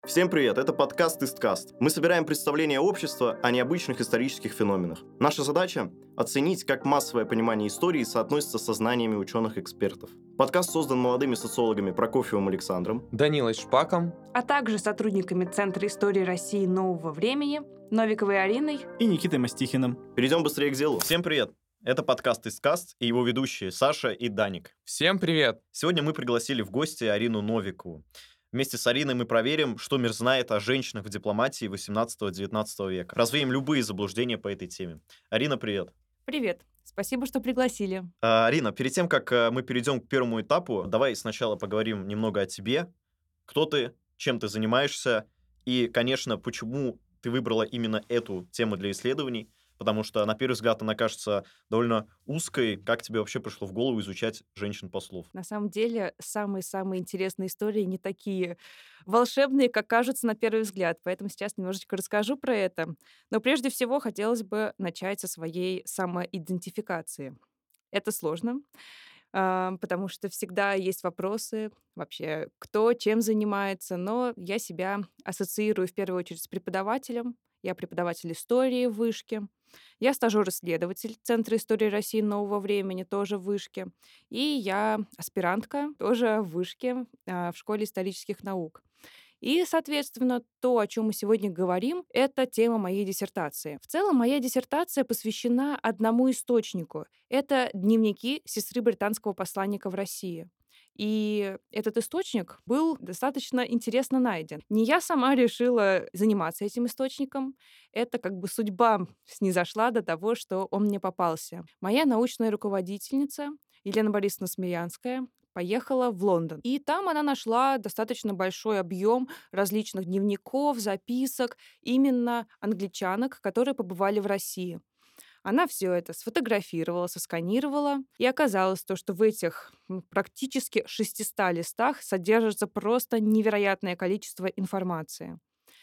Всем привет, это подкаст «Исткаст». Мы собираем представления общества о необычных исторических феноменах. Наша задача – оценить, как массовое понимание истории соотносится со знаниями ученых-экспертов. Подкаст создан молодыми социологами Прокофьевым Александром, Данилой Шпаком, а также сотрудниками Центра истории России нового времени, Новиковой Ариной и Никитой Мастихиным. Перейдем быстрее к делу. Всем привет! Это подкаст «Исткаст» и его ведущие Саша и Даник. Всем привет! Сегодня мы пригласили в гости Арину Новикову. Вместе с Ариной мы проверим, что мир знает о женщинах в дипломатии 18-19 века. Развеем любые заблуждения по этой теме. Арина, привет. Привет. Спасибо, что пригласили. Арина, перед тем, как мы перейдем к первому этапу, давай сначала поговорим немного о тебе. Кто ты, чем ты занимаешься и, конечно, почему ты выбрала именно эту тему для исследований, потому что, на первый взгляд, она кажется довольно узкой. Как тебе вообще пришло в голову изучать женщин-послов? На самом деле, самые-самые интересные истории не такие волшебные, как кажутся на первый взгляд, поэтому сейчас немножечко расскажу про это. Но прежде всего хотелось бы начать со своей самоидентификации. Это сложно, потому что всегда есть вопросы вообще, кто чем занимается, но я себя ассоциирую в первую очередь с преподавателем. Я преподаватель истории в Вышке. Я стажер-исследователь Центра истории России нового времени, тоже в Вышке. И я аспирантка, тоже в Вышке, в Школе исторических наук. И, соответственно, то, о чем мы сегодня говорим, это тема моей диссертации. В целом, моя диссертация посвящена одному источнику. Это дневники сестры британского посланника в России. И этот источник был достаточно интересно найден. Не я сама решила заниматься этим источником. Это как бы судьба снизошла до того, что он мне попался. Моя научная руководительница Елена Борисовна Смирянская поехала в Лондон. И там она нашла достаточно большой объем различных дневников, записок именно англичанок, которые побывали в России. Она все это сфотографировала, сосканировала, и оказалось то, что в этих практически 600 листах содержится просто невероятное количество информации.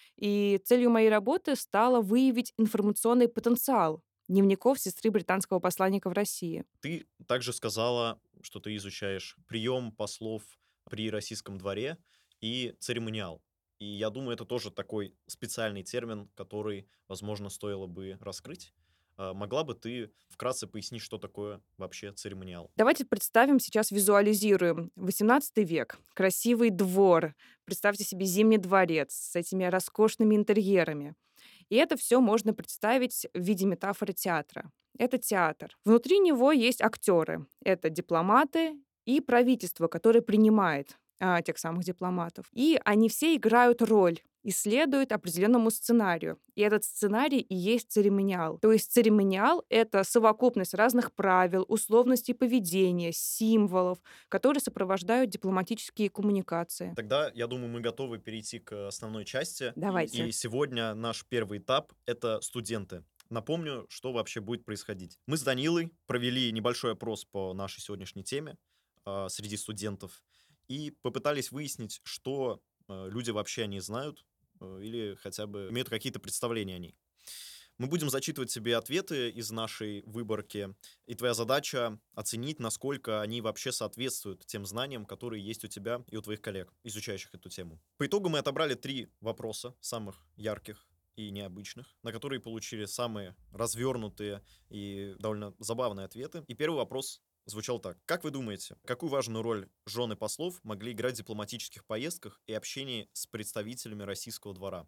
И целью моей работы стало выявить информационный потенциал дневников сестры британского посланника в России. Ты также сказала, что ты изучаешь прием послов при российском дворе и церемониал. И я думаю, это тоже такой специальный термин, который, возможно, стоило бы раскрыть. Могла бы ты вкратце пояснить, что такое вообще церемониал? Давайте представим, сейчас визуализируем. 18 век, красивый двор. Представьте себе Зимний дворец с этими роскошными интерьерами. И это все можно представить в виде метафоры театра. Это театр. Внутри него есть актеры. Это дипломаты и правительство, которое принимает тех самых дипломатов. И они все играют роль и следуют определенному сценарию. И этот сценарий и есть церемониал. То есть церемониал — это совокупность разных правил, условностей поведения, символов, которые сопровождают дипломатические коммуникации. Тогда, я думаю, мы готовы перейти к основной части. Давайте. И сегодня наш первый этап — это студенты. Напомню, что вообще будет происходить. Мы с Данилой провели небольшой опрос по нашей сегодняшней теме среди студентов и попытались выяснить, что люди вообще о ней знают или хотя бы имеют какие-то представления о ней. Мы будем зачитывать себе ответы из нашей выборки, и твоя задача оценить, насколько они вообще соответствуют тем знаниям, которые есть у тебя и у твоих коллег, изучающих эту тему. По итогу мы отобрали 3 вопроса, самых ярких и необычных, на которые получили самые развернутые и довольно забавные ответы. И первый вопрос звучал так. Как вы думаете, какую важную роль жены послов могли играть в дипломатических поездках и общении с представителями российского двора?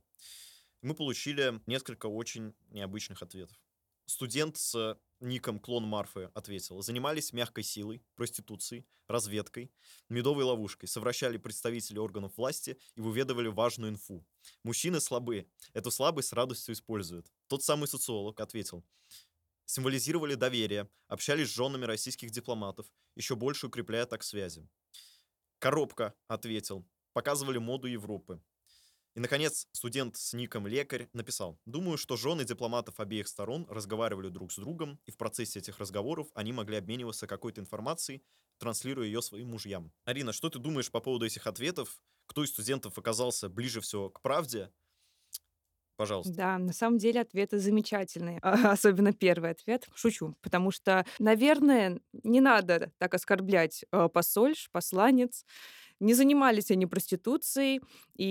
Мы получили несколько очень необычных ответов. Студент с ником Клон Марфы ответил. Занимались мягкой силой, проституцией, разведкой, медовой ловушкой, совращали представителей органов власти и выведывали важную инфу. Мужчины слабы. Эту слабость с радостью используют. Тот самый социолог ответил. Символизировали доверие, общались с женами российских дипломатов, еще больше укрепляя так связи. Коробка ответил. Показывали моду Европы. И, наконец, студент с ником Лекарь написал. Думаю, что жены дипломатов обеих сторон разговаривали друг с другом, и в процессе этих разговоров они могли обмениваться какой-то информацией, транслируя ее своим мужьям. Арина, что ты думаешь по поводу этих ответов? Кто из студентов оказался ближе всего к правде? Пожалуйста. Да, на самом деле ответы замечательные. Особенно первый ответ. Шучу. Потому что, наверное, не надо так оскорблять посольш, посланец. Не занимались они проституцией,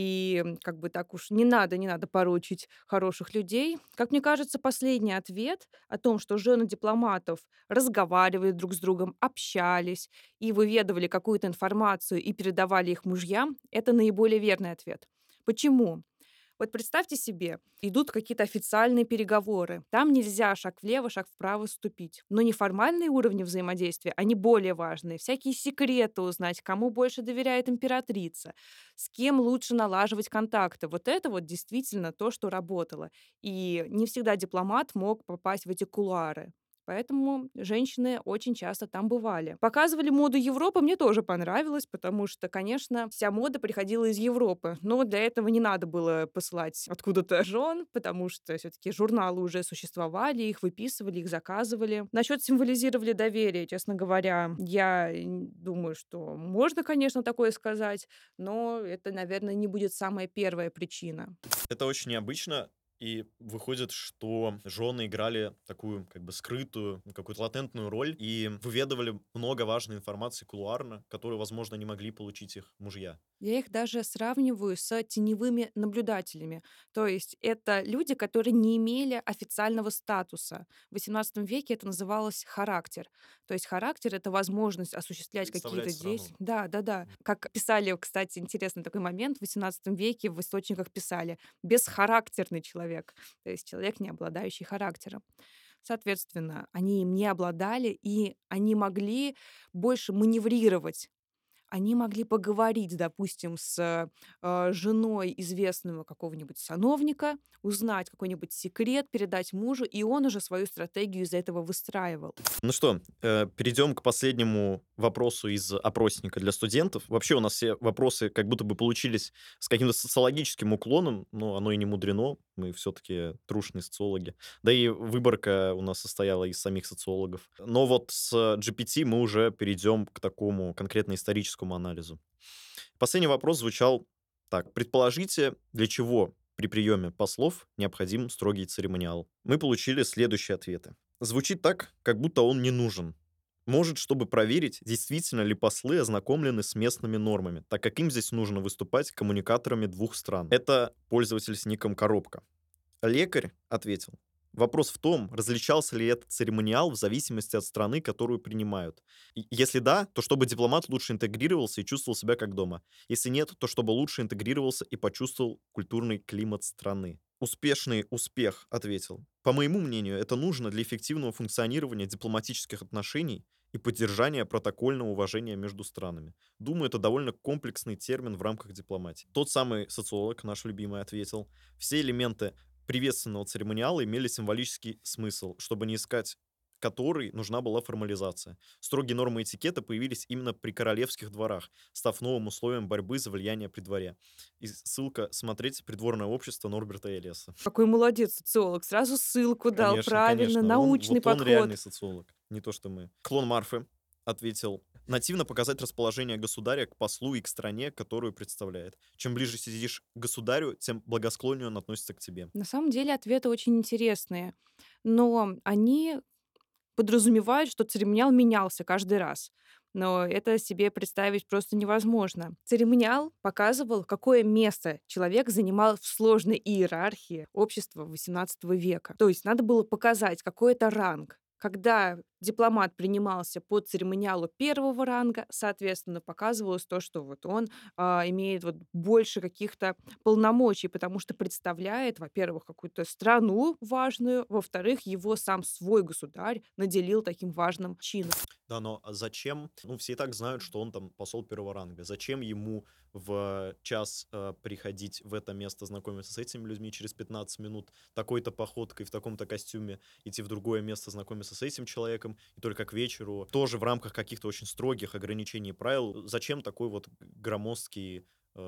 и как бы так уж не надо порочить хороших людей. Как мне кажется, последний ответ о том, что жены дипломатов разговаривали друг с другом, общались и выведывали какую-то информацию и передавали их мужьям, это наиболее верный ответ. Почему? Вот представьте себе, идут какие-то официальные переговоры. Там нельзя шаг влево, шаг вправо ступить. Но неформальные уровни взаимодействия, они более важные. Всякие секреты узнать, кому больше доверяет императрица, с кем лучше налаживать контакты. Вот это вот действительно то, что работало. И не всегда дипломат мог попасть в эти кулуары. Поэтому женщины очень часто там бывали. Показывали моду Европы, мне тоже понравилось, потому что, конечно, вся мода приходила из Европы. Но для этого не надо было посылать откуда-то жен, потому что все-таки журналы уже существовали, их выписывали, их заказывали. Насчет символизировали доверие, честно говоря, я думаю, что можно, конечно, такое сказать, но это, наверное, не будет самая первая причина. Это очень необычно, и выходит, что жены играли такую как бы скрытую, какую-то латентную роль и выведывали много важной информации кулуарно, которую, возможно, не могли получить их мужья. Я их даже сравниваю с теневыми наблюдателями. То есть это люди, которые не имели официального статуса. В XVIII веке это называлось характер. То есть характер — это возможность осуществлять Представлять какие-то действия. страну. Да, да, да. Как писали, кстати, интересный такой момент, в XVIII веке в источниках писали «бесхарактерный человек», то есть человек, не обладающий характером. Соответственно, они им не обладали, и они могли больше маневрировать. Они могли поговорить, допустим, с женой известного какого-нибудь сановника, узнать какой-нибудь секрет, передать мужу, и он уже свою стратегию из этого выстраивал. Ну что, перейдем к последнему вопросу из опросника для студентов. Вообще у нас все вопросы как будто бы получились с каким-то социологическим уклоном, но оно и не мудрено, мы все-таки трушные социологи. Да и выборка у нас состояла из самих социологов. Но вот с GPT мы уже перейдем к такому конкретно историческому анализу. Последний вопрос звучал так. Предположите, для чего при приеме послов необходим строгий церемониал? Мы получили следующие ответы. Звучит так, как будто он не нужен. Может, чтобы проверить, действительно ли послы ознакомлены с местными нормами, так как им здесь нужно выступать коммуникаторами двух стран. Это пользователь с ником Коробка. Лекарь ответил. Вопрос в том, различался ли этот церемониал в зависимости от страны, которую принимают. И если да, то чтобы дипломат лучше интегрировался и чувствовал себя как дома. Если нет, то чтобы лучше интегрировался и почувствовал культурный климат страны. Успешный успех ответил. По моему мнению, это нужно для эффективного функционирования дипломатических отношений и поддержания протокольного уважения между странами. Думаю, это довольно комплексный термин в рамках дипломатии. Тот самый социолог, наш любимый, ответил. Все элементы приветственного церемониала имели символический смысл, чтобы не искать который нужна была формализация. Строгие нормы этикета появились именно при королевских дворах, став новым условием борьбы за влияние при дворе. И ссылка «Смотреть придворное общество Норберта Элиаса». Какой молодец социолог, сразу ссылку дал, Конечно, правильно, конечно. научный Он реальный подход. социолог, не то что мы. Клон Марфы ответил. Нативно показать расположение государя к послу и к стране, которую представляет. Чем ближе сидишь к государю, тем благосклоннее он относится к тебе. На самом деле ответы очень интересные, но они подразумевают, что церемониал менялся каждый раз. Но это себе представить просто невозможно. Церемониал показывал, какое место человек занимал в сложной иерархии общества XVIII века. То есть надо было показать какой-то ранг. Когда дипломат принимался по церемониалу первого ранга, соответственно, показывалось то, что вот он имеет вот больше каких-то полномочий, потому что представляет, во-первых, какую-то страну важную, во-вторых, его сам свой государь наделил таким важным чином. Да, но зачем? Ну, все и так знают, что он там посол первого ранга. Зачем ему в час приходить в это место, знакомиться с этими людьми через 15 минут, такой-то походкой в таком-то костюме, идти в другое место, знакомиться с этим человеком, и только к вечеру, тоже в рамках каких-то очень строгих ограничений и правил. Зачем такой вот громоздкий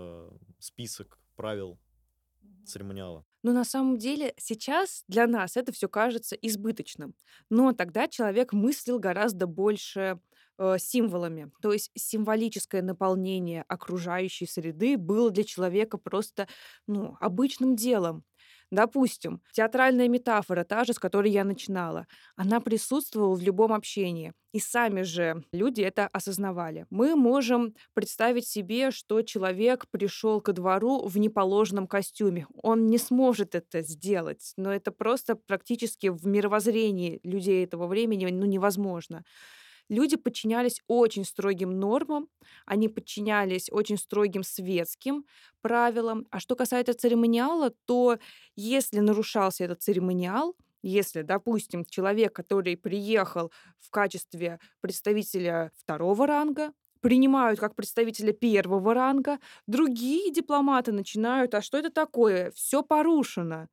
список правил церемониала? Но на самом деле сейчас для нас это все кажется избыточным. Но тогда человек мыслил гораздо больше символами. То есть символическое наполнение окружающей среды было для человека просто обычным делом. Допустим, театральная метафора, та же, с которой я начинала, она присутствовала в любом общении. И сами же люди это осознавали. Мы можем представить себе, что человек пришел ко двору в неположенном костюме. Он не сможет это сделать, но это просто практически в мировоззрении людей этого времени невозможно. Люди подчинялись очень строгим нормам, они подчинялись очень строгим светским правилам. А что касается церемониала, то если нарушался этот церемониал, если, допустим, человек, который приехал в качестве представителя второго ранга, принимают как представителя первого ранга, другие дипломаты начинают: а что это такое? Все порушено.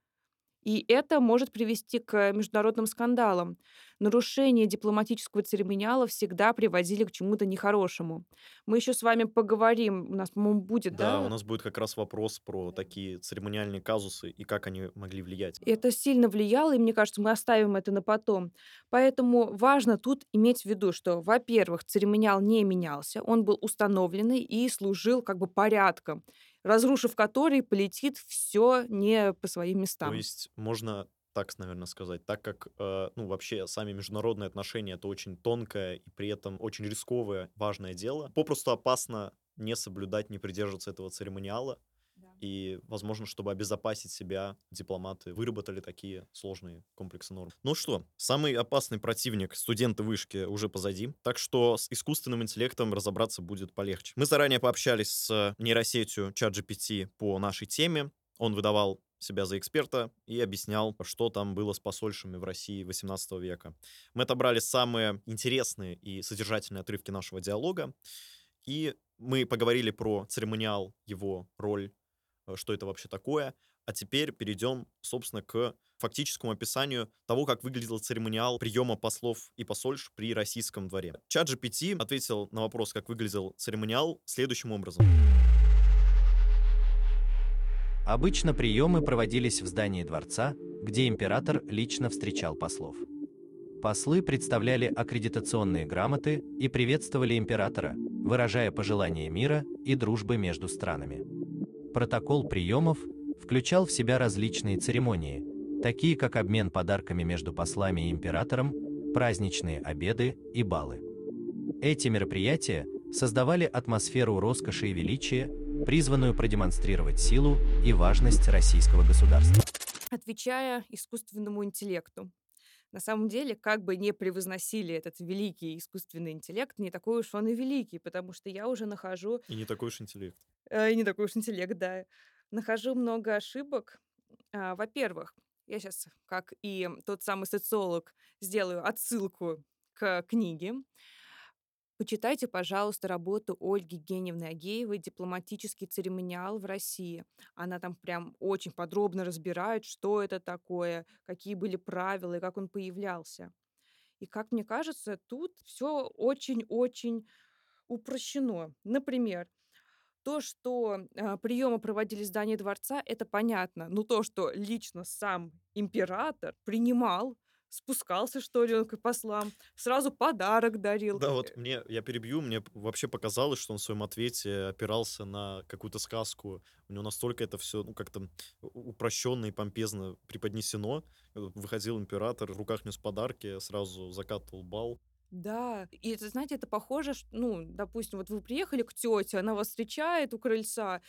И это может привести к международным скандалам. Нарушение дипломатического церемониала всегда приводили к чему-то нехорошему. Мы еще с вами поговорим, у нас, по-моему, будет, Да, у да? нас будет как раз вопрос про такие церемониальные казусы и как они могли влиять. Это сильно влияло, и мне кажется, мы оставим это на потом. Поэтому важно тут иметь в виду, что, во-первых, церемониал не менялся, он был установленный и служил как бы порядком, разрушив который, полетит все не по своим То местам. есть можно так, наверное, сказать, так как, ну, вообще сами международные отношения это очень тонкое и при этом очень рисковое, важное дело, попросту опасно не соблюдать, не придерживаться этого церемониала. И, возможно, чтобы обезопасить себя, дипломаты выработали такие сложные комплексы норм. Ну что, самый опасный противник студенты вышки уже позади, так что с искусственным интеллектом разобраться будет полегче. Мы заранее пообщались с нейросетью ChatGPT по нашей теме. Он выдавал себя за эксперта и объяснял, что там было с посольшами в России XVIII века. Мы отобрали самые интересные и содержательные отрывки нашего диалога, и мы поговорили про церемониал, его роль, что это вообще такое. А теперь перейдем, собственно, к фактическому описанию того, как выглядел церемониал приема послов и посольств при российском дворе. ChatGPT ответил на вопрос, как выглядел церемониал, следующим образом. Обычно приемы проводились в здании дворца, где император лично встречал послов. Послы представляли аккредитационные грамоты и приветствовали императора, выражая пожелания мира и дружбы между странами. Протокол приемов включал в себя различные церемонии, такие как обмен подарками между послами и императором, праздничные обеды и балы. Эти мероприятия создавали атмосферу роскоши и величия, призванную продемонстрировать силу и важность российского государства. Отвечая искусственному интеллекту. На самом деле, как бы не превозносили этот великий искусственный интеллект, не такой уж он и великий, потому что я уже нахожу, И не такой уж интеллект. не такой уж интеллект, да, нахожу много ошибок. Во-первых, я сейчас, как и тот самый социолог, сделаю отсылку к книге. Почитайте, пожалуйста, работу Ольги Геньевны Агеевой «Дипломатический церемониал в России». Она там прям очень подробно разбирает, что это такое, какие были правила и как он появлялся. И, как мне кажется, тут все очень-очень упрощено. Например, то, что приемы проводились в здании дворца, это понятно. Но то, что лично сам император принимал, спускался, что ли, он к послам, сразу подарок дарил. Да, вот я перебью, мне вообще показалось, что он в своем ответе опирался на какую-то сказку. У него настолько это все, ну, как-то упрощенно и помпезно преподнесено. Выходил император, в руках нес подарки, сразу закатывал бал. Да, и это, знаете, это похоже, ну, допустим, вот вы приехали к тете, она вас встречает у крыльца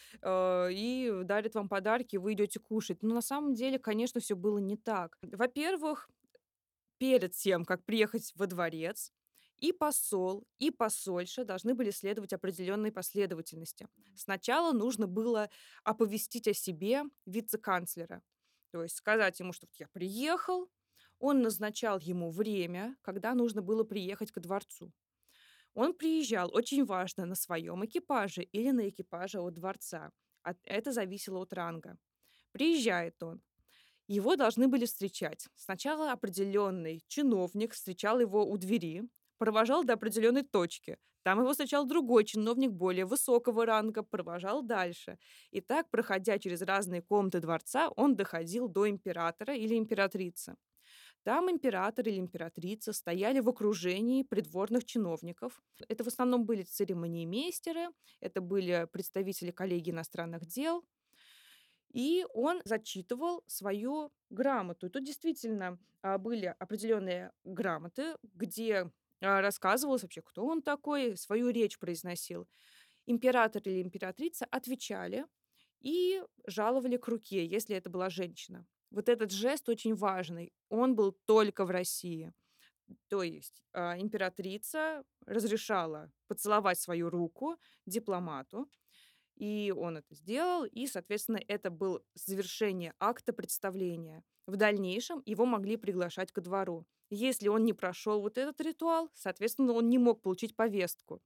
и дарит вам подарки, вы идете кушать. Но на самом деле, конечно, все было не так. Во-первых, перед тем, как приехать во дворец, и посол, и посольша должны были следовать определенной последовательности. Сначала нужно было оповестить о себе вице-канцлера, то есть сказать ему, что вот я приехал, он назначал ему время, когда нужно было приехать к дворцу. Он приезжал, очень важно, на своем экипаже или на экипаже от дворца. Это зависело от ранга. Приезжает он. Его должны были встречать. Сначала определенный чиновник встречал его у двери, провожал до определенной точки. Там его встречал другой чиновник более высокого ранга, провожал дальше. И так, проходя через разные комнаты дворца, он доходил до императора или императрицы. Там император или императрица стояли в окружении придворных чиновников. Это в основном были церемониймейстеры, это были представители коллегии иностранных дел. и он зачитывал свою грамоту. И тут действительно были определенные грамоты, где рассказывалось вообще, кто он такой, свою речь произносил. Император или императрица отвечали и жаловали к руке, если это была женщина. Вот этот жест очень важный. Он был только в России. То есть императрица разрешала поцеловать свою руку дипломату, и он это сделал, и, соответственно, это был завершение акта представления. В дальнейшем его могли приглашать ко двору. Если он не прошел вот этот ритуал, соответственно, он не мог получить повестку.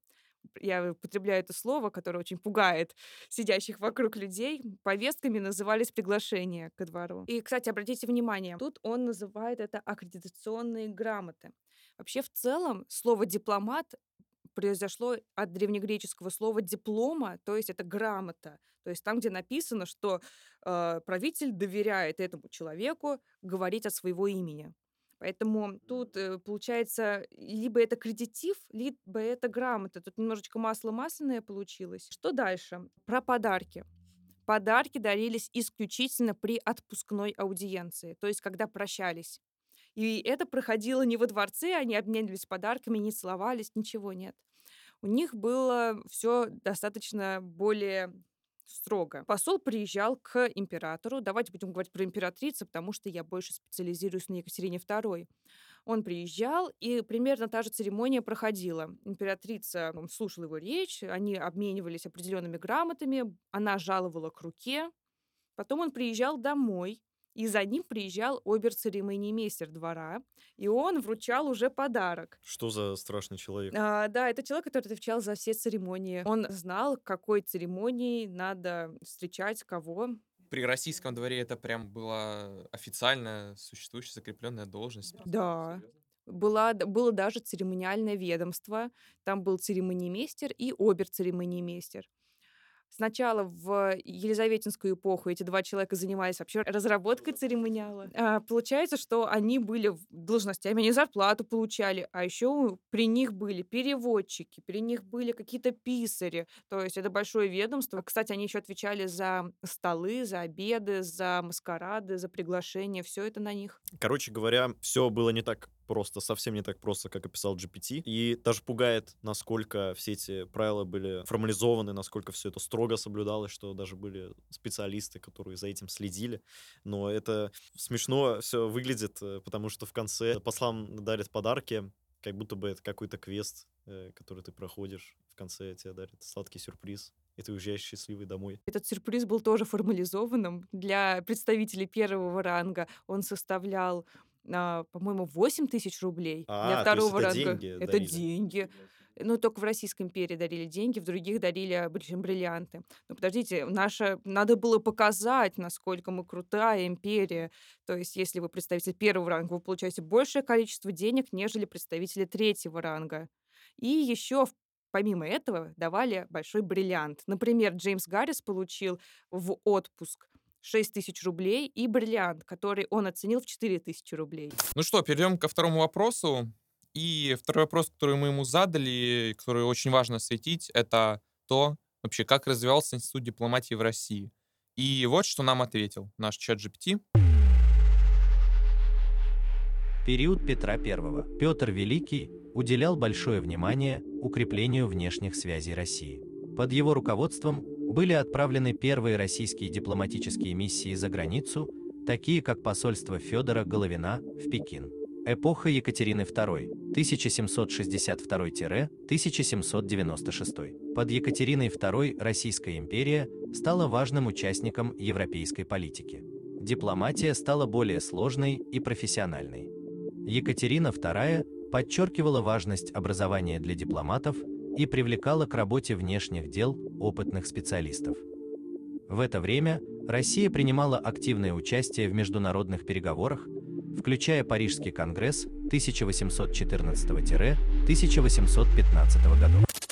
Я употребляю это слово, которое очень пугает сидящих вокруг людей. Повестками назывались приглашения ко двору. И, кстати, обратите внимание, тут он называет это аккредитационные грамоты. Вообще, в целом, слово «дипломат» произошло от древнегреческого слова диплома, то есть это грамота. То есть там, где написано, что правитель доверяет этому человеку говорить от своего имени. Поэтому тут получается либо это кредитив, либо это грамота. Тут немножечко масло масляное получилось. Что дальше? Про подарки. Подарки дарились исключительно при отпускной аудиенции, то есть когда прощались. И это проходило не во дворце, они обменивались подарками, не целовались, ничего нет. У них было все достаточно более строго. Посол приезжал к императору. Давайте будем говорить про императрицу, потому что я больше специализируюсь на Екатерине II. Он приезжал, и примерно та же церемония проходила. Императрица слушала его речь, они обменивались определенными грамотами, она жаловала к руке. Потом он приезжал домой, и за ним приезжал обер-церемониймейстер двора, и он вручал уже подарок. Что за страшный человек? Да, это человек, который отвечал за все церемонии. Он знал, к какой церемонии надо встречать кого. При российском дворе это прям была официальная, существующая, закрепленная должность. Да. Было даже церемониальное ведомство. Там был церемониймейстер и обер-церемониймейстер. Сначала в Елизаветинскую эпоху эти два человека занимались вообще разработкой церемониала. Получается, что они были должностями, они зарплату получали, а еще при них были переводчики, при них были какие-то писари. То есть это большое ведомство. Кстати, они еще отвечали за столы, за обеды, за маскарады, за приглашения. Все это на них. Короче говоря, все было не так просто, совсем не так просто, как описал GPT. И даже пугает, насколько все эти правила были формализованы, насколько все это строго соблюдалось, что даже были специалисты, которые за этим следили. Но это смешно все выглядит, потому что в конце послам дарят подарки, как будто бы это какой-то квест, который ты проходишь. В конце тебе дарят сладкий сюрприз, и ты уезжаешь счастливый домой. Этот сюрприз был тоже формализованным. Для представителей первого ранга он составлял, по-моему, 8 тысяч рублей. Для То есть второго это ранга деньги это дарили? деньги. Ну, только в Российской империи дарили деньги, в других дарили бриллианты. Но подождите, надо было показать, насколько мы крутая империя. То есть, если вы представитель первого ранга, вы получаете большее количество денег, нежели представители третьего ранга. И еще помимо этого давали большой бриллиант. Например, Джеймс Гаррис получил в отпуск 6 тысяч рублей и бриллиант, который он оценил в 4 тысячи рублей. Ну что, перейдем ко второму вопросу. И второй вопрос, который мы ему задали, который очень важно осветить, это то, вообще, как развивался институт дипломатии в России. И вот что нам ответил наш чат GPT. Период Петра I. Петр Великий уделял большое внимание укреплению внешних связей России. Под его руководством были отправлены первые российские дипломатические миссии за границу, такие как посольство Федора Головина в Пекин. Эпоха Екатерины II, 1762-1796. Под Екатериной II Российская империя стала важным участником европейской политики. Дипломатия стала более сложной и профессиональной. Екатерина II подчеркивала важность образования для дипломатов и привлекала к работе внешних дел опытных специалистов. В это время Россия принимала активное участие в международных переговорах, включая Парижский конгресс 1814-1815 годов. Про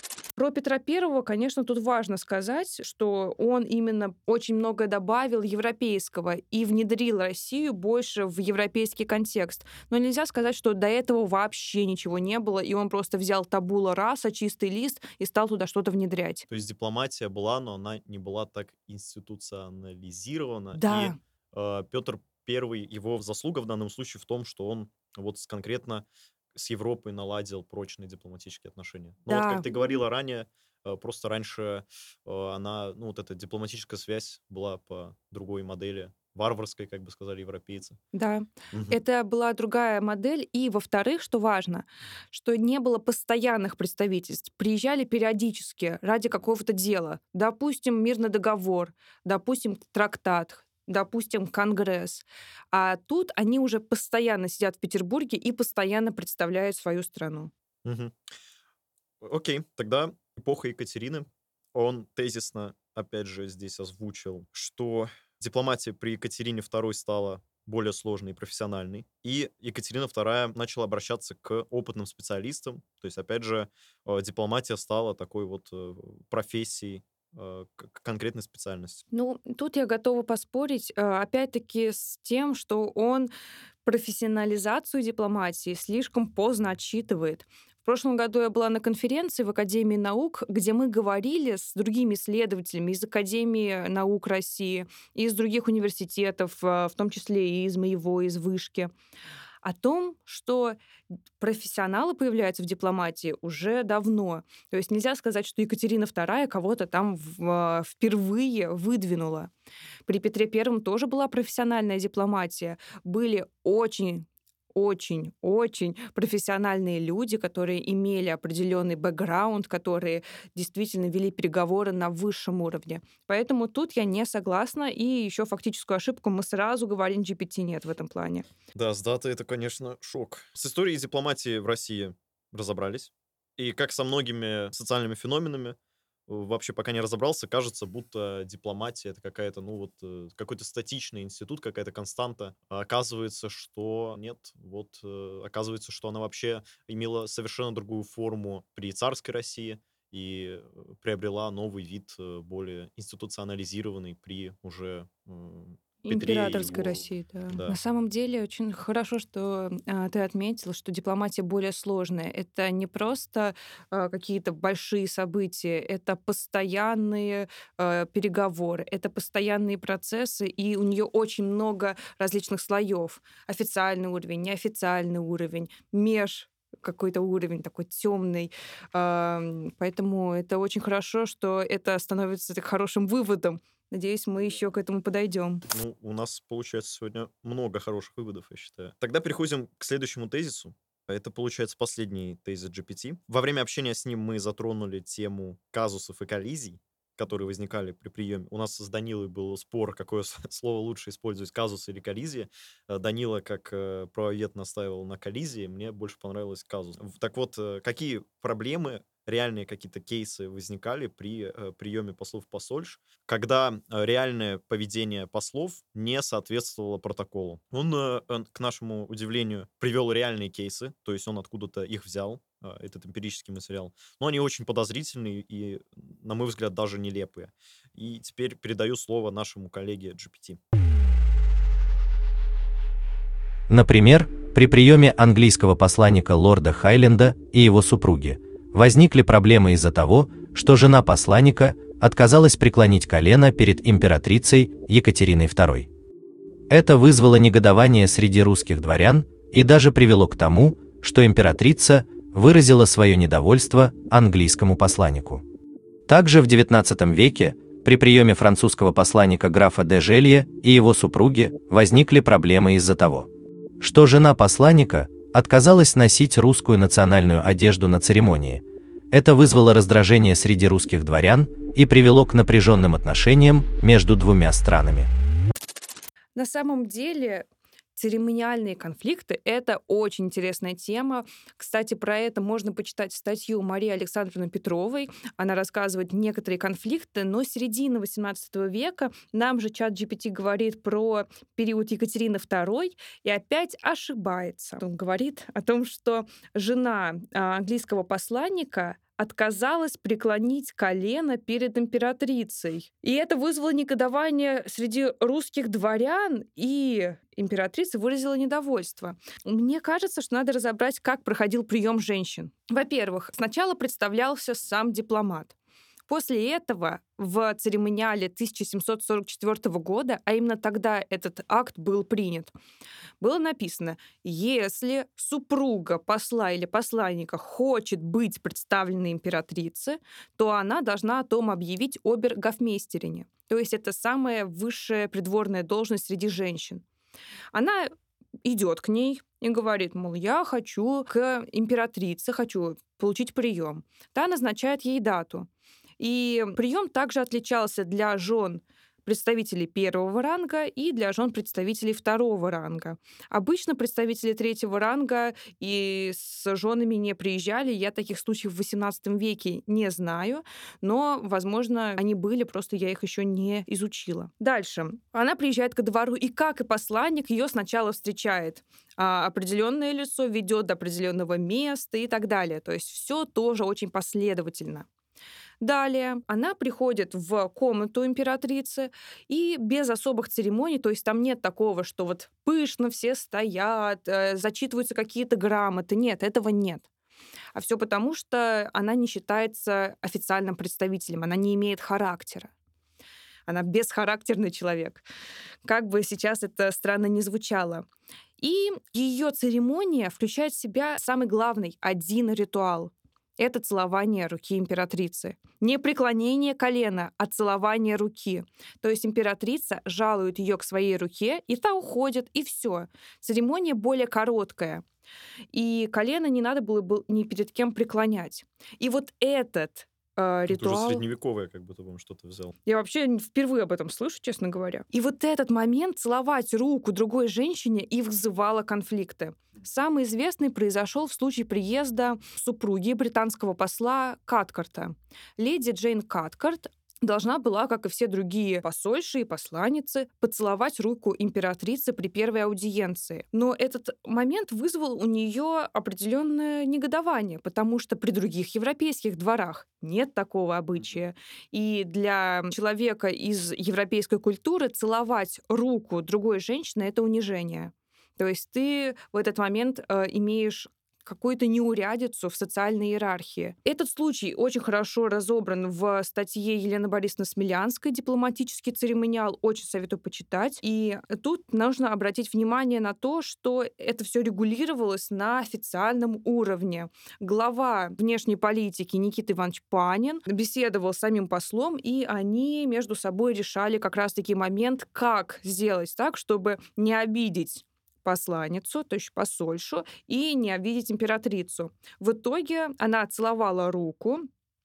про Петра Первого, конечно, тут важно сказать, что он именно очень многое добавил европейского и внедрил Россию больше в европейский контекст. Но нельзя сказать, что до этого вообще ничего не было, и он просто взял табула раса, чистый лист, и стал туда что-то внедрять. То есть дипломатия была, но она не была так институционализирована. И Да, Петр Первый, его заслуга в данном случае в том, что он вот конкретно с Европой наладил прочные дипломатические отношения. Но вот как да. ты говорила ранее, просто раньше она, ну вот эта дипломатическая связь была по другой модели, варварской, как бы сказали европейцы. Да, Мгм. это была другая модель. И, во-вторых, что важно, что не было постоянных представительств. Приезжали периодически ради какого-то дела. Допустим, мирный договор, допустим, трактат, допустим, конгресс. А тут они уже постоянно сидят в Петербурге и постоянно представляют свою страну. Мгм. Окей, тогда эпоха Екатерины. Он тезисно, опять же, здесь озвучил, что дипломатия при Екатерине II стала более сложной и профессиональной, и Екатерина II начала обращаться к опытным специалистам. То есть, опять же, дипломатия стала такой вот профессией, конкретной специальностью. Ну, тут я готова поспорить, опять-таки, с тем, что он профессионализацию дипломатии слишком поздно отсчитывает. В прошлом году я была на конференции в Академии наук, где мы говорили с другими исследователями из Академии наук России, и из других университетов, в том числе и из моего, из вышки, о том, что профессионалы появляются в дипломатии уже давно. То есть нельзя сказать, что Екатерина II кого-то там впервые выдвинула. При Петре Первом тоже была профессиональная дипломатия. Были очень профессиональные люди, которые имели определенный бэкграунд, которые действительно вели переговоры на высшем уровне. Поэтому тут я не согласна, и еще фактическую ошибку мы сразу говорим, GPT нет в этом плане. Да, с датой это, конечно, шок. С историей дипломатии в России разобрались. И как со многими социальными феноменами, вообще пока не разобрался, кажется, будто дипломатия это какая-то, ну вот, какой-то статичный институт, какая-то константа. А оказывается, что нет. Вот, оказывается, что она вообще имела совершенно другую форму при царской России и приобрела новый вид, более институционализированный при уже Петре и Императорской его... России, да. На Да. самом деле очень хорошо, что ты отметил, что дипломатия более сложная. Это не просто какие-то большие события, это постоянные переговоры, это постоянные процессы, и у нее очень много различных слоев. Официальный уровень, неофициальный уровень, меж какой-то уровень такой темный. Поэтому это очень хорошо, что это становится так хорошим выводом. Надеюсь, мы еще к этому подойдем. Ну, у нас получается сегодня много хороших выводов, я считаю. Тогда переходим к следующему тезису. Это, получается, последний тезис GPT. Во время общения с ним мы затронули тему казусов и коллизий, которые возникали при приеме. У нас с Данилой был спор, какое слово лучше использовать, казус или коллизия. Данила, как правовед, настаивал на коллизии, мне больше понравилось казус. Так вот, какие проблемы, реальные какие-то кейсы возникали при приеме послов-посольств, когда реальное поведение послов не соответствовало протоколу. Он, к нашему удивлению, привел реальные кейсы, то есть он откуда-то их взял, этот эмпирический материал. Но они очень подозрительные и, на мой взгляд, даже нелепые. И теперь передаю слово нашему коллеге GPT. Например, при приеме английского посланника лорда Хайленда и его супруги возникли проблемы из-за того, что жена посланника отказалась преклонить колено перед императрицей Екатериной II. Это вызвало негодование среди русских дворян и даже привело к тому, что императрица выразила свое недовольство английскому посланнику. Также в XIX веке при приеме французского посланника графа де Желье и его супруги возникли проблемы из-за того, что жена посланника отказалась носить русскую национальную одежду на церемонии. Это вызвало раздражение среди русских дворян и привело к напряженным отношениям между двумя странами. На самом деле, церемониальные конфликты — это очень интересная тема. Кстати, про это можно почитать статью Марии Александровны Петровой. Она рассказывает некоторые конфликты, но с середины XVIII века нам же чат GPT говорит про период Екатерины II и опять ошибается. Он говорит о том, что жена английского посланника отказалась преклонить колено перед императрицей. И это вызвало негодование среди русских дворян, и императрица выразила недовольство. Мне кажется, что надо разобрать, как проходил прием женщин. Во-первых, сначала представлялся сам дипломат. После этого в церемониале 1744 года, а именно тогда этот акт был принят, было написано: если супруга посла или посланника хочет быть представленной императрице, то она должна о том объявить обер-гофмейстерине. То есть это самая высшая придворная должность среди женщин. Она идет к ней и говорит, мол, я хочу к императрице, хочу получить прием. Та назначает ей дату. И прием также отличался для жен представителей первого ранга и для жен представителей второго ранга. Обычно представители третьего ранга и с женами не приезжали. Я таких случаев в XVIII веке не знаю, но, возможно, они были, просто я их еще не изучила. Дальше. Она приезжает ко двору, и, как и посланник, ее сначала встречает определенное лицо, ведет до определенного места и так далее. То есть все тоже очень последовательно. Далее она приходит в комнату императрицы и без особых церемоний, то есть там нет такого, что вот пышно все стоят, зачитываются какие-то грамоты. Нет, этого нет. А все потому, что она не считается официальным представителем, она не имеет характера. Она бесхарактерный человек. Как бы сейчас это странно ни звучало. И ее церемония включает в себя самый главный, один ритуал. Это целование руки императрицы. Не преклонение колена, а целование руки. То есть императрица жалует ее к своей руке, и та уходит, и все. Церемония более короткая. И колено не надо было ни перед кем преклонять. И вот этот Это уже ритуал... средневековое, как будто бы он что-то взял. Я вообще впервые об этом слышу, честно говоря. И вот этот момент целовать руку другой женщине и вызывало конфликты. Самый известный произошел в случае приезда супруги британского посла Каткарта. Леди Джейн Каткарт должна была, как и все другие посольши и посланницы, поцеловать руку императрицы при первой аудиенции. Но этот момент вызвал у нее определенное негодование, потому что при других европейских дворах нет такого обычая. И для человека из европейской культуры целовать руку другой женщины — это унижение. То есть ты в этот момент имеешь какую-то неурядицу в социальной иерархии. Этот случай очень хорошо разобран в статье Елены Борисовны Смелянской «Дипломатический церемониал». Очень советую почитать. И тут нужно обратить внимание на то, что это все регулировалось на официальном уровне. Глава внешней политики Никита Иванович Панин беседовал с самим послом, и они между собой решали как раз-таки момент, как сделать так, чтобы не обидеть посланницу, то есть посольшу, и не обидеть императрицу. В итоге она целовала руку,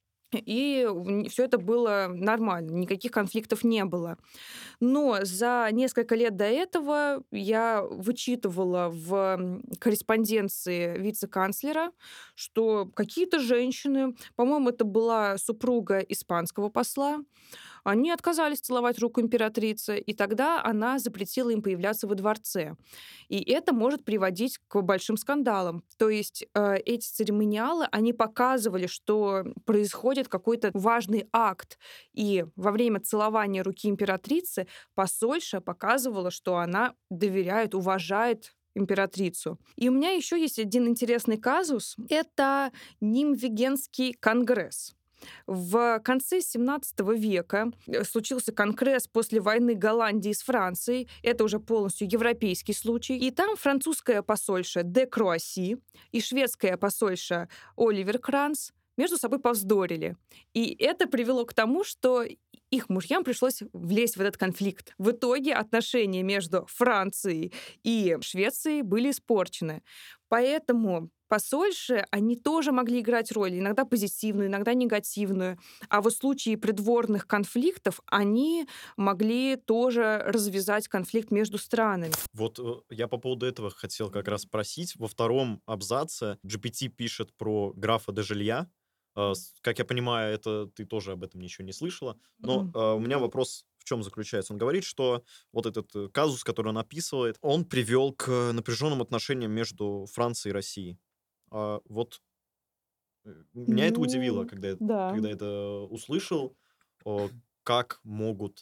и все это было нормально, никаких конфликтов не было. Но за несколько лет до этого я вычитывала в корреспонденции вице-канцлера, что какие-то женщины, по-моему, это была супруга испанского посла, они отказались целовать руку императрицы, и тогда она запретила им появляться во дворце. И это может приводить к большим скандалам. То есть эти церемониалы, они показывали, что происходит какой-то важный акт. И во время целования руки императрицы посольша показывала, что она доверяет, уважает императрицу. И у меня еще есть один интересный казус. Это Нимвегенский конгресс. В конце XVII века случился конгресс после войны Голландии с Францией. Это уже полностью европейский случай. И там французская посольша де Круасси и шведская посольша Оливер Кранц между собой повздорили. И это привело к тому, что их мужьям пришлось влезть в этот конфликт. В итоге отношения между Францией и Швецией были испорчены. Поэтому посольши, они тоже могли играть роль, иногда позитивную, иногда негативную. А вот в случае придворных конфликтов они могли тоже развязать конфликт между странами. Вот я по поводу этого хотел как раз спросить. Во втором абзаце GPT пишет про графа де Жилья. Как я понимаю, это ты тоже об этом ничего не слышала. Но у меня вопрос в чем заключается? Он говорит, что вот этот казус, который он описывает, он привел к напряженным отношениям между Францией и Россией. Вот Меня это удивило, Ну, да. когда это услышал, о, как могут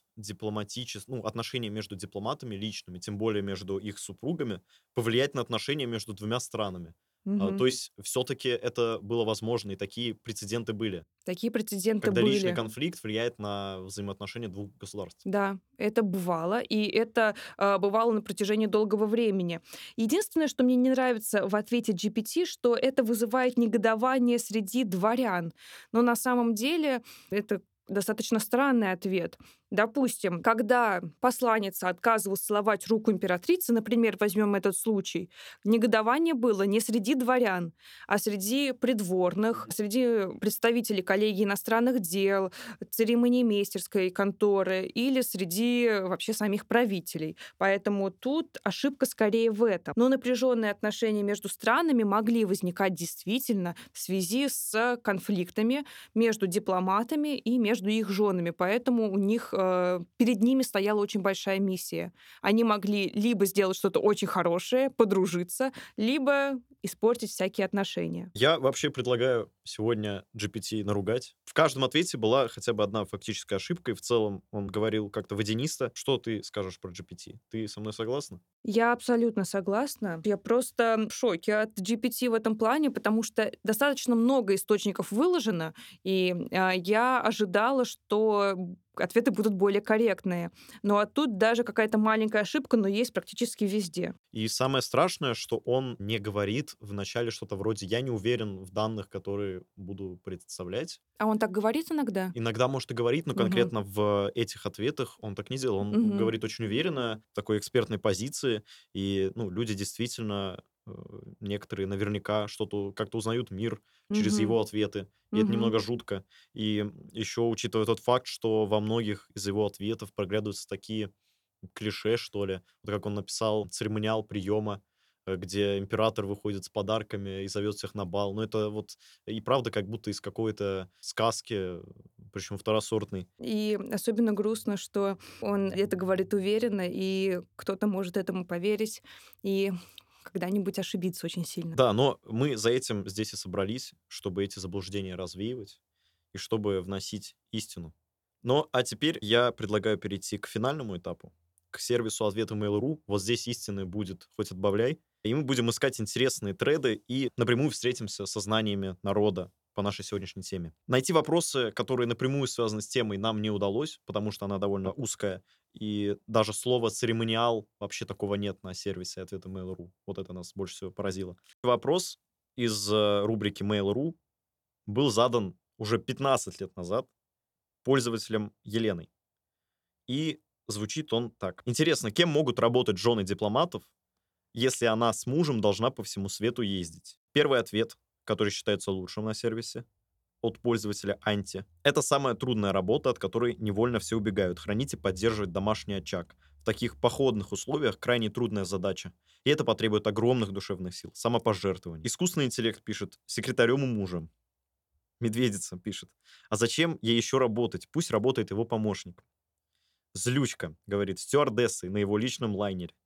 отношения между дипломатами личными, тем более между их супругами, повлиять на отношения между двумя странами. То Мгм. есть все-таки это было возможно, и такие прецеденты были, Такие прецеденты когда личный были. конфликт влияет на взаимоотношения двух государств. Да, это бывало, и это бывало на протяжении долгого времени. Единственное, что мне не нравится в ответе GPT, что это вызывает негодование среди дворян. Но на самом деле это достаточно странный ответ. Допустим, когда посланница отказывалась целовать руку императрицы, например, возьмем этот случай, негодование было не среди дворян, а среди придворных, среди представителей коллегии иностранных дел, церемониймейстерской конторы или среди вообще самих правителей. Поэтому тут ошибка скорее в этом. Но напряженные отношения между странами могли возникать действительно в связи с конфликтами между дипломатами и между их женами. Поэтому у них перед ними стояла очень большая миссия. Они могли либо сделать что-то очень хорошее, подружиться, либо испортить всякие отношения. Я вообще предлагаю сегодня GPT наругать. В каждом ответе была хотя бы одна фактическая ошибка, и в целом он говорил как-то водянисто. Что ты скажешь про GPT? Ты со мной согласна? Я абсолютно согласна. Я просто в шоке от GPT в этом плане, потому что достаточно много источников выложено, и я ожидала, что ответы будут более корректные. Ну а тут даже какая-то маленькая ошибка, но есть практически везде. И самое страшное, что он не говорит вначале что-то вроде «я не уверен в данных, которые буду представлять». А он так говорит иногда? Иногда может и говорить, но Мгм. конкретно в этих ответах он так не делал. Он Мгм. говорит очень уверенно, в такой экспертной позиции, и люди действительно, некоторые наверняка что-то как-то узнают мир через Мгм. его ответы, и это Мгм. немного жутко. И еще учитывая тот факт, что во многих из его ответов проглядываются такие клише, что ли. Вот как он написал церемониал приема, где император выходит с подарками и зовет всех на бал. Ну, это вот и правда как будто из какой-то сказки, причем второсортной. И особенно грустно, что он это говорит уверенно, и кто-то может этому поверить и когда-нибудь ошибиться очень сильно. Да, но мы за этим здесь и собрались, чтобы эти заблуждения развеивать и чтобы вносить истину. А теперь я предлагаю перейти к финальному этапу, к сервису ответа Mail.ru. Вот здесь истины будет хоть отбавляй. И мы будем искать интересные треды и напрямую встретимся со знаниями народа по нашей сегодняшней теме. Найти вопросы, которые напрямую связаны с темой, нам не удалось, потому что она довольно узкая. И даже слова «церемониал» вообще такого нет на сервисе ответа Mail.ru. Вот это нас больше всего поразило. Вопрос из рубрики Mail.ru был задан уже 15 лет назад пользователем Еленой. И звучит он так. Интересно, кем могут работать жены дипломатов, если она с мужем должна по всему свету ездить? Первый ответ, который считается лучшим на сервисе, от пользователя Анти. Это самая трудная работа, от которой невольно все убегают. Хранить и поддерживать домашний очаг. В таких походных условиях крайне трудная задача. И это потребует огромных душевных сил, самопожертвований. Искусственный интеллект пишет секретарем и мужем. Медведица пишет. А зачем ей еще работать? Пусть работает его помощник. Злючка, говорит, стюардессой на его личном лайнере.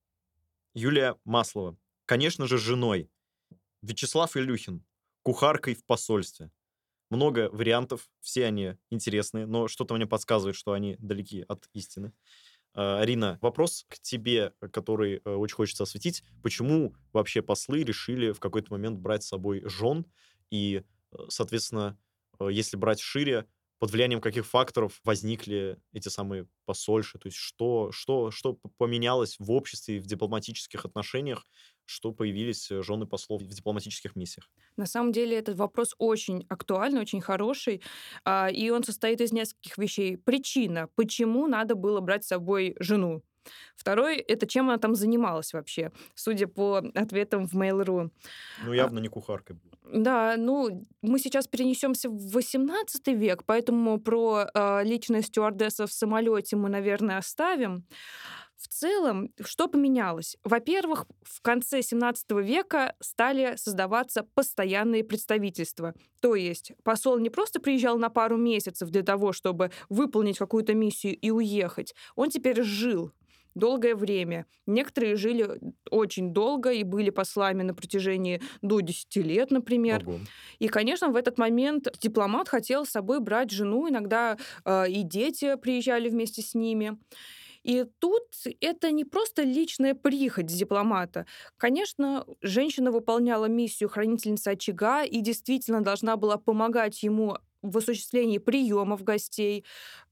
Юлия Маслова. Конечно же, женой. Вячеслав Илюхин. Кухаркой в посольстве. Много вариантов, все они интересные, но что-то мне подсказывает, что они далеки от истины. Арина, вопрос к тебе, который очень хочется осветить. Почему вообще послы решили в какой-то момент брать с собой жен? И, соответственно, если брать шире, под влиянием каких факторов возникли эти самые посольши? То есть что поменялось в обществе и в дипломатических отношениях, что появились жены послов в дипломатических миссиях? На самом деле этот вопрос очень актуальный, очень хороший, и он состоит из нескольких вещей. Причина, почему надо было брать с собой жену. Второй — это чем она там занималась вообще, судя по ответам в Mail.ru. А, Явно не кухаркой была. Да, ну, мы сейчас перенесемся в XVIII век, поэтому про личность стюардессы в самолете мы, наверное, оставим. В целом, что поменялось? Во-первых, в конце XVII века стали создаваться постоянные представительства. То есть посол не просто приезжал на пару месяцев для того, чтобы выполнить какую-то миссию и уехать. Он теперь жил долгое время. Некоторые жили очень долго и были послами на протяжении до 10 лет, например. Ого. И, конечно, в этот момент дипломат хотел с собой брать жену, иногда и дети приезжали вместе с ними. И тут это не просто личная прихоть дипломата. Конечно, женщина выполняла миссию хранительницы очага и действительно должна была помогать ему в осуществлении приемов гостей,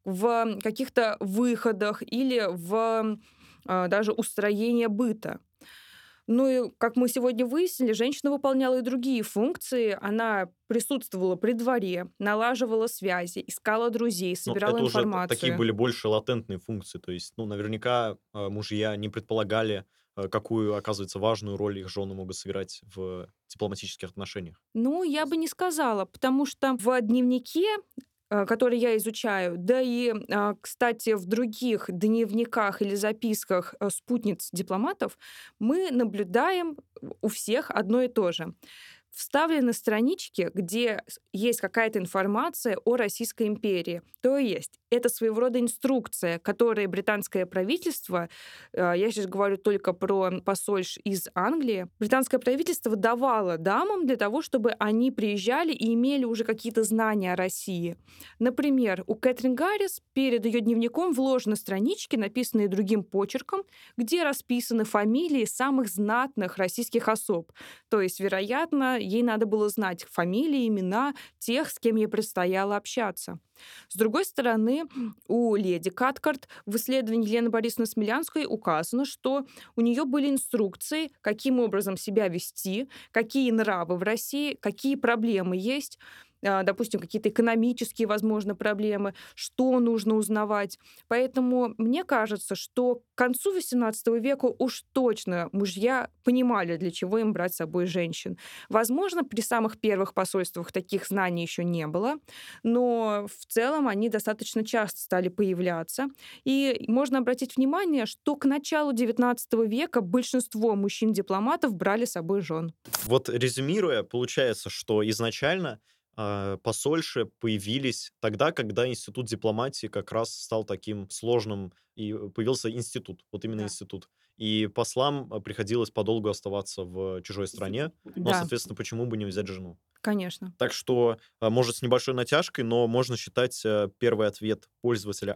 в каких-то выходах или в даже устроении быта. Ну и, как мы сегодня выяснили, женщина выполняла и другие функции. Она присутствовала при дворе, налаживала связи, искала друзей, Ну, собирала это уже такие информацию. были больше латентные функции. То есть, ну, наверняка мужья не предполагали, какую, оказывается, важную роль их жены могут сыграть в дипломатических отношениях. Ну, я бы не сказала, потому что в дневнике, который я изучаю, да и, кстати, в других дневниках или записках спутниц дипломатов, мы наблюдаем у всех одно и то же. Вставлены странички, где есть какая-то информация о Российской империи. То есть это своего рода инструкция, которую британское правительство, я сейчас говорю только про посольш из Англии, британское правительство давало дамам для того, чтобы они приезжали и имели уже какие-то знания о России. Например, у Кэтрин Гаррис перед ее дневником вложены странички, написанные другим почерком, где расписаны фамилии самых знатных российских особ. То есть, вероятно, ей надо было знать фамилии, имена тех, с кем ей предстояло общаться. С другой стороны, у леди Каткарт в исследовании Елены Борисовны Смелянской указано, что у нее были инструкции, каким образом себя вести, какие нравы в России, какие проблемы есть, допустим, какие-то экономические, возможно, проблемы, что нужно узнавать. Поэтому мне кажется, что к концу XVIII века уж точно мужья понимали, для чего им брать с собой женщин. Возможно, при самых первых посольствах таких знаний еще не было, но в целом они достаточно часто стали появляться. И можно обратить внимание, что к началу XIX века большинство мужчин-дипломатов брали с собой жен. Вот резюмируя, получается, что изначально посольши появились тогда, когда институт дипломатии как раз стал таким сложным, и появился институт, вот именно Да. институт. И послам приходилось подолгу оставаться в чужой стране, но, Да, соответственно, почему бы не взять жену? конечно. Так что, может, с небольшой натяжкой, но можно считать первый ответ пользователя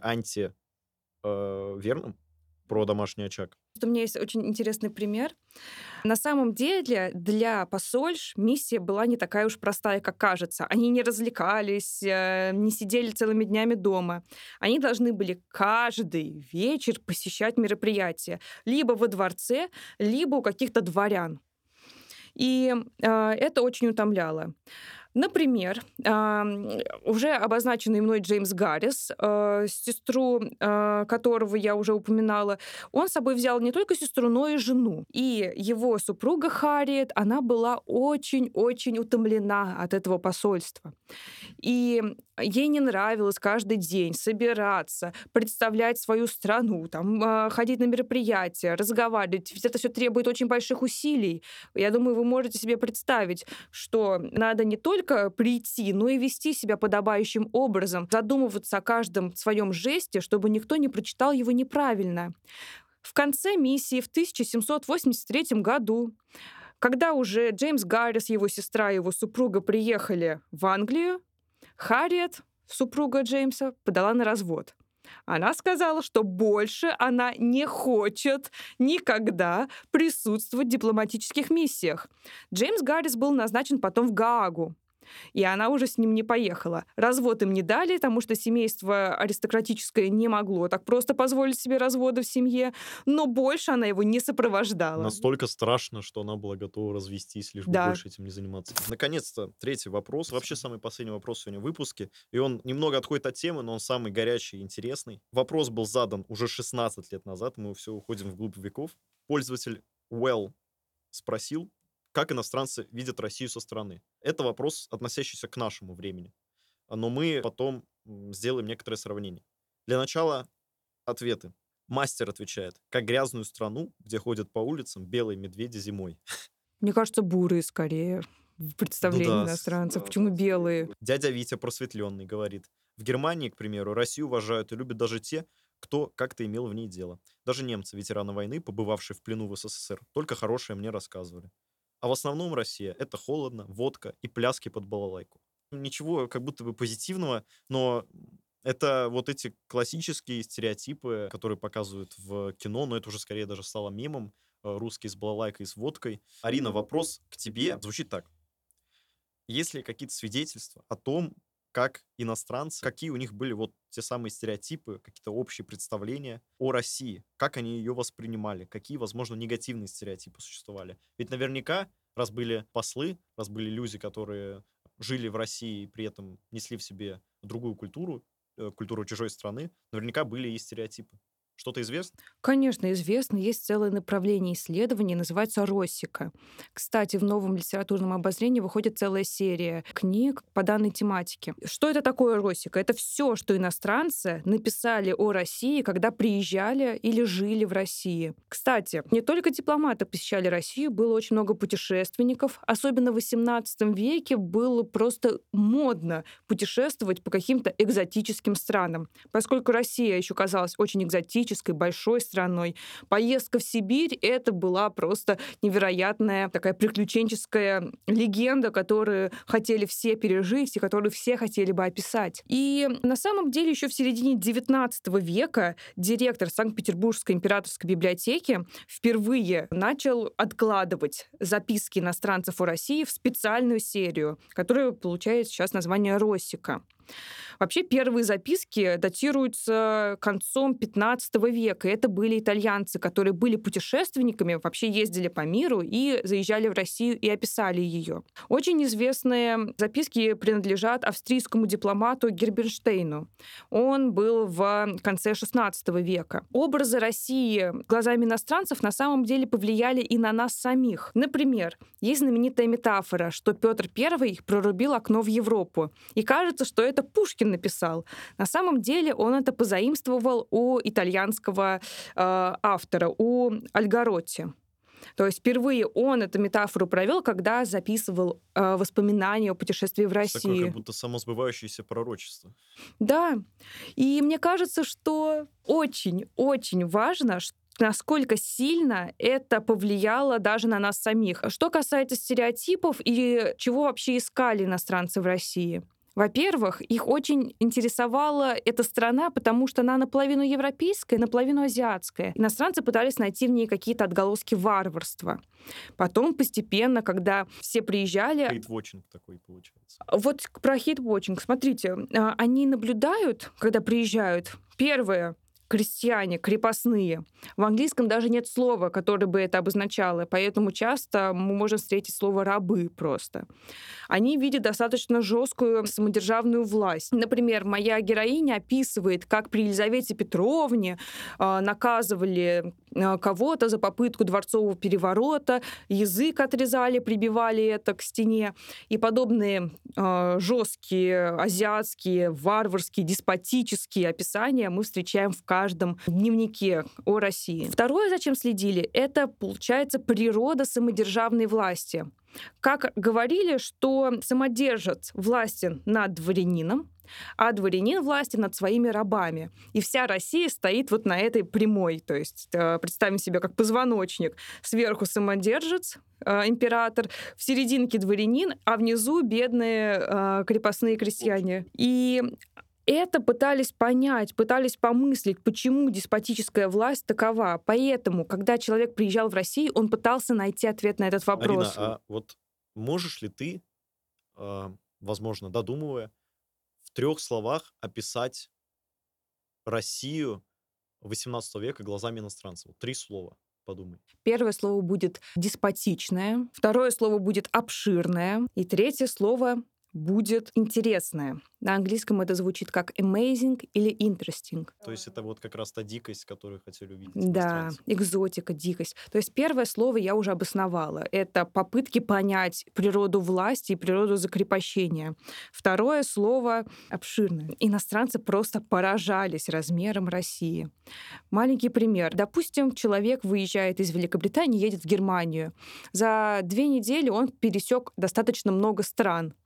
верным про домашний очаг. У меня есть очень интересный пример. На самом деле для посольш миссия была не такая уж простая, как кажется. Они не развлекались, не сидели целыми днями дома. Они должны были каждый вечер посещать мероприятия либо во дворце, либо у каких-то дворян. И это очень утомляло. Например, уже обозначенный мной Джеймс Гаррис, сестру которого я уже упоминала, он с собой взял не только сестру, но и жену. И его супруга Харриет, она была очень-очень утомлена от этого посольства. И ей не нравилось каждый день собираться, представлять свою страну, там, ходить на мероприятия, разговаривать. Ведь это все требует очень больших усилий. Я думаю, вы можете себе представить, что надо не только прийти, но и вести себя подобающим образом, задумываться о каждом своем жесте, чтобы никто не прочитал его неправильно. В конце миссии в 1783 году, когда уже Джеймс Гаррис, его сестра и его супруга приехали в Англию, Харриет, супруга Джеймса, подала на развод. Она сказала, что больше она не хочет никогда присутствовать в дипломатических миссиях. Джеймс Гаррис был назначен потом в Гаагу. И она уже с ним не поехала. Развод им не дали, потому что семейство аристократическое не могло так просто позволить себе развода в семье, но больше она его не сопровождала. Настолько страшно, что она была готова развестись, лишь бы Да. больше этим не заниматься. Наконец-то, третий вопрос. Вообще самый последний вопрос сегодня в выпуске. И он немного отходит от темы, но он самый горячий и интересный. Вопрос был задан уже 16 лет назад. Мы все уходим вглубь веков. Пользователь Well спросил, как иностранцы видят Россию со стороны. Это вопрос, относящийся к нашему времени. Но мы потом сделаем некоторое сравнение. Для начала ответы. Мастер отвечает, как грязную страну, где ходят по улицам белые медведи зимой. Мне кажется, бурые скорее в представлении Ну да, иностранцев. Почему белые? Дядя Витя просветленный говорит, в Германии, к примеру, Россию уважают и любят даже те, кто как-то имел в ней дело. Даже немцы, ветераны войны, побывавшие в плену в СССР, только хорошее мне рассказывали. А в основном Россия — это холодно, водка и пляски под балалайку. Ничего как будто бы позитивного, но это вот эти классические стереотипы, которые показывают в кино, но это уже скорее даже стало мемом. Русский с балалайкой и с водкой. Арина, вопрос к тебе звучит так. Есть ли какие-то свидетельства о том, как иностранцы, какие у них были вот те самые стереотипы, какие-то общие представления о России, как они ее воспринимали, какие, возможно, негативные стереотипы существовали? Ведь наверняка, раз были послы, раз были люди, которые жили в России и при этом несли в себе другую культуру, культуру чужой страны, наверняка были и стереотипы. Что-то известно? Конечно, известно, есть целое направление исследований, называется «Россика». Кстати, в новом литературном обозрении выходит целая серия книг по данной тематике. Что это такое «Россика»? Это все, что иностранцы написали о России, когда приезжали или жили в России. Кстати, не только дипломаты посещали Россию, было очень много путешественников. Особенно в XVIII веке было просто модно путешествовать по каким-то экзотическим странам. Поскольку Россия еще казалась очень экзотической, большой страной. Поездка в Сибирь — это была просто невероятная такая приключенческая легенда, которую хотели все пережить и которую все хотели бы описать. И на самом деле еще в середине XIX века директор Санкт-Петербургской императорской библиотеки впервые начал откладывать записки иностранцев о России в специальную серию, которая получает сейчас название «Россика». Вообще первые записки датируются концом XV века. Это были итальянцы, которые были путешественниками, вообще ездили по миру и заезжали в Россию и описали ее. Очень известные записки принадлежат австрийскому дипломату Герберштейну. Он был в конце XVI века. Образы России глазами иностранцев на самом деле повлияли и на нас самих. Например, есть знаменитая метафора, что Петр I прорубил окно в Европу. И кажется, что это Пушкин написал. На самом деле он это позаимствовал у итальянского автора, у Альгаротти. То есть впервые он эту метафору провел, когда записывал воспоминания о путешествии в России. Такое как будто самосбывающееся пророчество. Да. И мне кажется, что очень-очень важно, насколько сильно это повлияло даже на нас самих. Что касается стереотипов и чего вообще искали иностранцы в России. Во-первых, их очень интересовала эта страна, потому что она наполовину европейская, наполовину азиатская. Иностранцы пытались найти в ней какие-то отголоски варварства. Потом постепенно, когда все приезжали... Хейт-вотчинг такой получается. Вот про хейт-вотчинг. Смотрите, они наблюдают, когда приезжают. Первое — крестьяне, крепостные. В английском даже нет слова, которое бы это обозначало, поэтому часто мы можем встретить слово «рабы» просто. Они видят достаточно жесткую самодержавную власть. Например, моя героиня описывает, как при Елизавете Петровне наказывали кого-то за попытку дворцового переворота, язык отрезали, прибивали это к стене. И подобные жесткие, азиатские, варварские, деспотические описания мы встречаем в каждом дневнике о России. Второе, зачем следили, это, получается, природа самодержавной власти. Как говорили, что самодержец властен над дворянином, а дворянин властен над своими рабами. И вся Россия стоит вот на этой прямой. То есть представим себе как позвоночник. Сверху самодержец, император, в серединке дворянин, а внизу бедные крепостные крестьяне. И это пытались понять, пытались помыслить, почему деспотическая власть такова. Поэтому, когда человек приезжал в Россию, он пытался найти ответ на этот вопрос. Арина, а вот можешь ли ты, возможно, додумывая, в 3 словах описать Россию XVIII века глазами иностранцев? Вот 3 слова, подумай. Первое слово будет деспотичное, второе слово будет обширное, и третье слово будет интересное. На английском это звучит как amazing или interesting. То есть это вот как раз та дикость, которую хотели увидеть Да, иностранцы. экзотика, дикость. То есть первое слово я уже обосновала. Это попытки понять природу власти и природу закрепощения. Второе слово обширное. Иностранцы просто поражались размером России. Маленький пример. Допустим, человек выезжает из Великобритании, едет в Германию. За 2 недели он пересек достаточно много стран.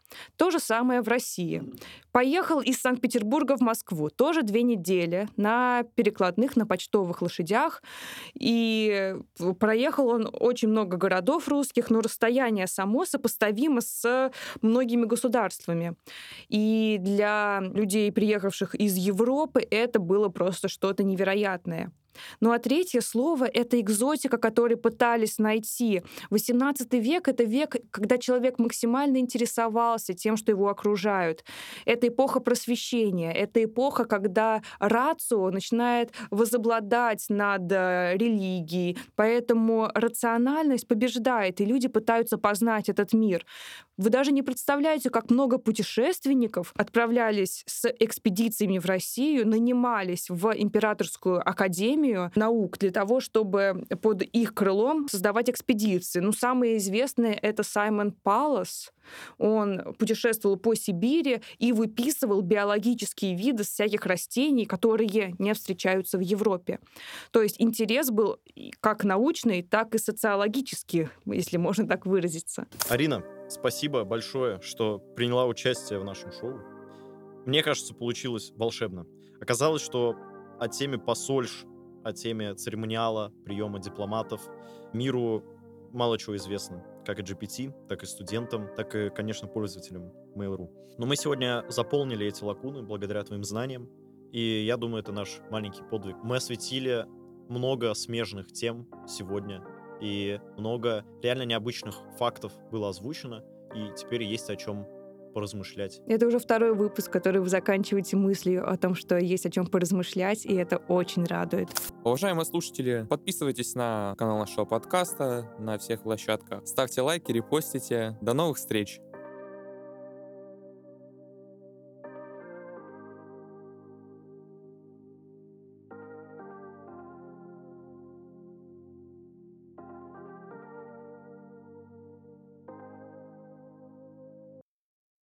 То же самое в России. Поехал из Санкт-Петербурга в Москву, тоже 2 недели на перекладных, на почтовых лошадях. И проехал он очень много городов русских, но расстояние само сопоставимо с многими государствами. И для людей, приехавших из Европы, это было просто что-то невероятное. Ну а третье слово — это экзотика, которую пытались найти. XVIII век — это век, когда человек максимально интересовался тем, что его окружают. Это эпоха просвещения, это эпоха, когда рацио начинает возобладать над религией, поэтому рациональность побеждает, и люди пытаются познать этот мир. Вы даже не представляете, как много путешественников отправлялись с экспедициями в Россию, нанимались в Императорскую академию наук для того, чтобы под их крылом создавать экспедиции. Ну, самые известные — это Саймон Паллас. Он путешествовал по Сибири и выписывал биологические виды всяких растений, которые не встречаются в Европе. То есть интерес был как научный, так и социологический, если можно так выразиться. Арина, спасибо большое, что приняла участие в нашем шоу. Мне кажется, получилось волшебно. Оказалось, что о теме посольств, о теме церемониала, приема дипломатов миру мало чего известно. Как и GPT, так и студентам, так и, конечно, пользователям Mail.ru. Но мы сегодня заполнили эти лакуны благодаря твоим знаниям. И я думаю, это наш маленький подвиг. Мы осветили много смежных тем сегодня. И много реально необычных фактов было озвучено. И теперь есть о чем поразмышлять. Это уже 2-й выпуск, который вы заканчиваете мыслью о том, что есть о чем поразмышлять, и это очень радует. Уважаемые слушатели, подписывайтесь на канал нашего подкаста на всех площадках. Ставьте лайки, репостите. До новых встреч!